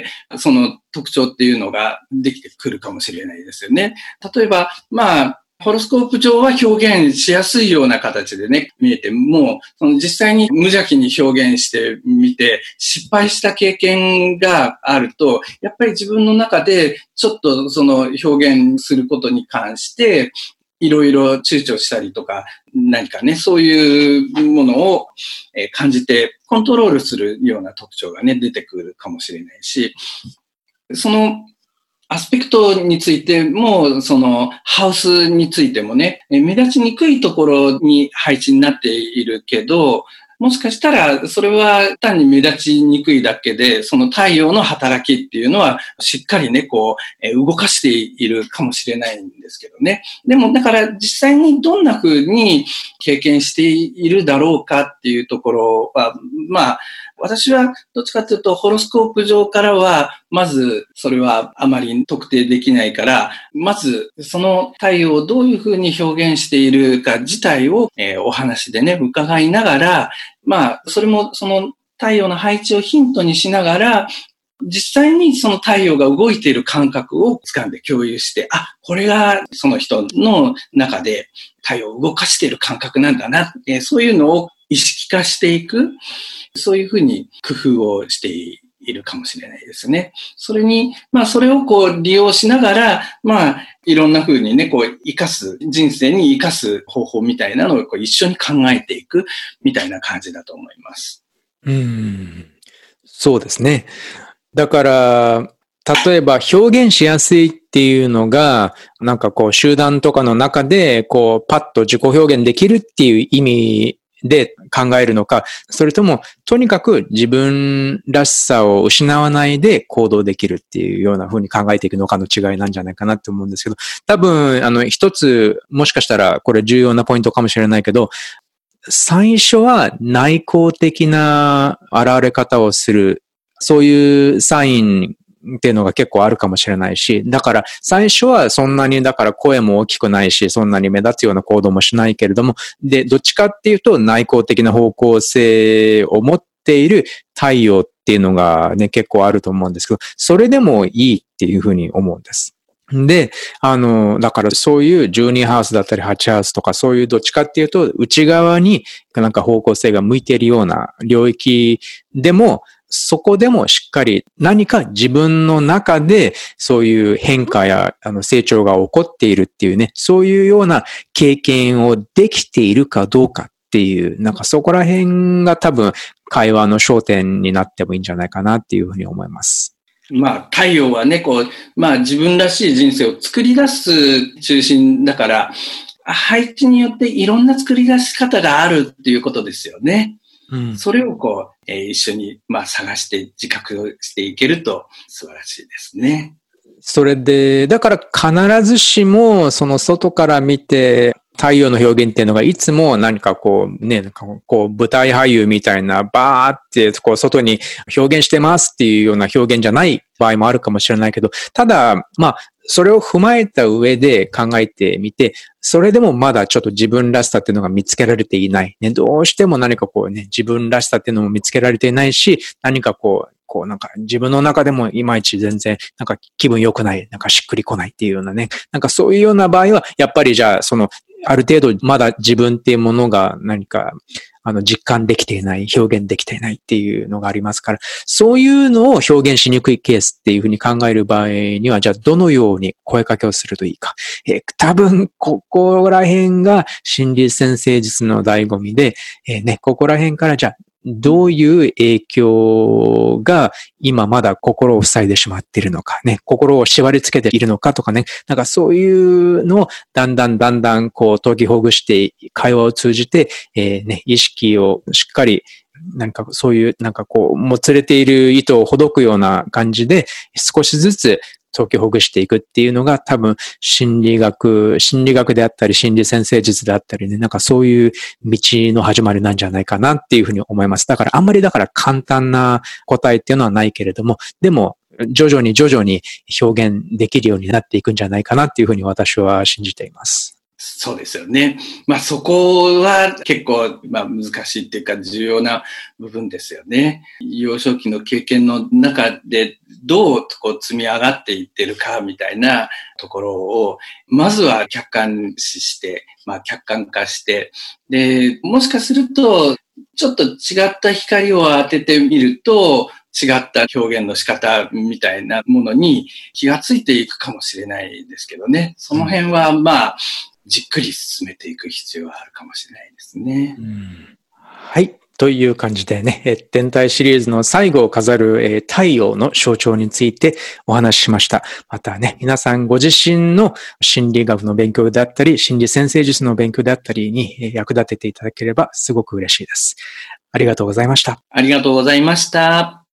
その特徴っていうのができてくるかもしれないですよね。例えば、 ホロスコープ上は表現しやすいような形でね、見えても、実際に無邪気に表現してみて、失敗した経験があると、やっぱり自分の中でちょっとその表現することに関して、いろいろ躊躇したりとか、何かね、そういうものを感じてコントロールするような特徴がね、出てくるかもしれないし、そのアスペクトについても、ハウスについてもね、目立ちにくいところに配置になっているけど、もしかしたらそれは単に目立ちにくいだけで、その太陽の働きっていうのはしっかりね、動かしているかもしれないんですけどね。でもだから実際にどんな風に経験しているだろうかっていうところは、私はどっちかというとホロスコープ上からはまずそれはあまり特定できないから、まずその太陽をどういうふうに表現しているか自体を、お話でね伺いながら、それもその太陽の配置をヒントにしながら、実際にその太陽が動いている感覚を掴んで共有して、これがその人の中で太陽を動かしている感覚なんだな、そういうのを意識化していく、そういうふうに工夫をしているかもしれないですね。それに、それを利用しながら、いろんなふうにね、人生に生かす方法みたいなのを一緒に考えていくみたいな感じだと思います。 そうですね。だから、例えば表現しやすいっていうのが、集団とかの中で、パッと自己表現できるっていう意味で考えるのか、それとも、とにかく自分らしさを失わないで行動できるっていうような風に考えていくのかの違いなんじゃないかなって思うんですけど、多分、一つ、もしかしたらこれ重要なポイントかもしれないけど、最初は内向的な現れ方をする、そういうサインっていうのが結構あるかもしれないし、だから最初はそんなにだから声も大きくないし、そんなに目立つような行動もしないけれども、で、どっちかっていうと内向的な方向性を持っている太陽っていうのがね、結構あると思うんですけど、それでもいいっていうふうに思うんです。で、だからそういう12ハウスだったり8ハウスとかそういうどっちかっていうと内側に方向性が向いているような領域でも、そこでもしっかり何か自分の中でそういう変化や成長が起こっているっていうね、そういうような経験をできているかどうかっていう、そこら辺が多分会話の焦点になってもいいんじゃないかなっていうふうに思います。 太陽はね、自分らしい人生を作り出す中心だから、配置によっていろんな作り出し方があるっていうことですよね。それを一緒に探して自覚していけると素晴らしいですね。 それで、だから必ずしもその外から見て太陽の表現っていうのがいつも何か舞台俳優みたいなバーって外に表現してますっていうような表現じゃない場合もあるかもしれないけど、ただ、それを踏まえた上で考えてみて、それでもまだちょっと自分らしさっていうのが見つけられていない。ね、どうしても何か自分らしさっていうのも見つけられていないし、何か自分の中でもいまいち全然気分良くない、しっくりこないっていうようなね、そういうような場合は、やっぱりじゃあある程度まだ自分っていうものが実感できていない、表現できていないっていうのがありますから、そういうのを表現しにくいケースっていうふうに考える場合には、じゃあどのように声かけをするといいか。多分、ここら辺が心理先生術の醍醐味で、ここら辺からじゃあ、どういう影響が今まだ心を塞いでしまっているのかね、心を縛り付けているのかとかね、そういうのをだんだん解きほぐして会話を通じて、意識をしっかりそういうもつれている糸をほどくような感じで少しずつ解きほぐしていくっていうのが多分心理学であったり心理先生術であったりね、そういう道の始まりなんじゃないかなっていうふうに思います。だからあんまり簡単な答えっていうのはないけれども、でも徐々に表現できるようになっていくんじゃないかなっていうふうに私は信じています。 そうですよね。そこは結構難しいっていうか重要な部分ですよね。幼少期の経験の中でどう積み上がっていってるかみたいなところを、まずは客観視して、客観化して、で、もしかするとちょっと違った光を当ててみると、違った表現の仕方みたいなものに気がついていくかもしれないですけどね。その辺はじっくり進めていく必要があるかもしれないですね。 はい。という感じでね、天体シリーズの最後を飾る、太陽の象徴についてお話ししました。またね、皆さんご自身の心理学の勉強であったり、心理先生術の勉強であったりに役立てていただければすごく嬉しいです。ありがとうございました。 ありがとうございました。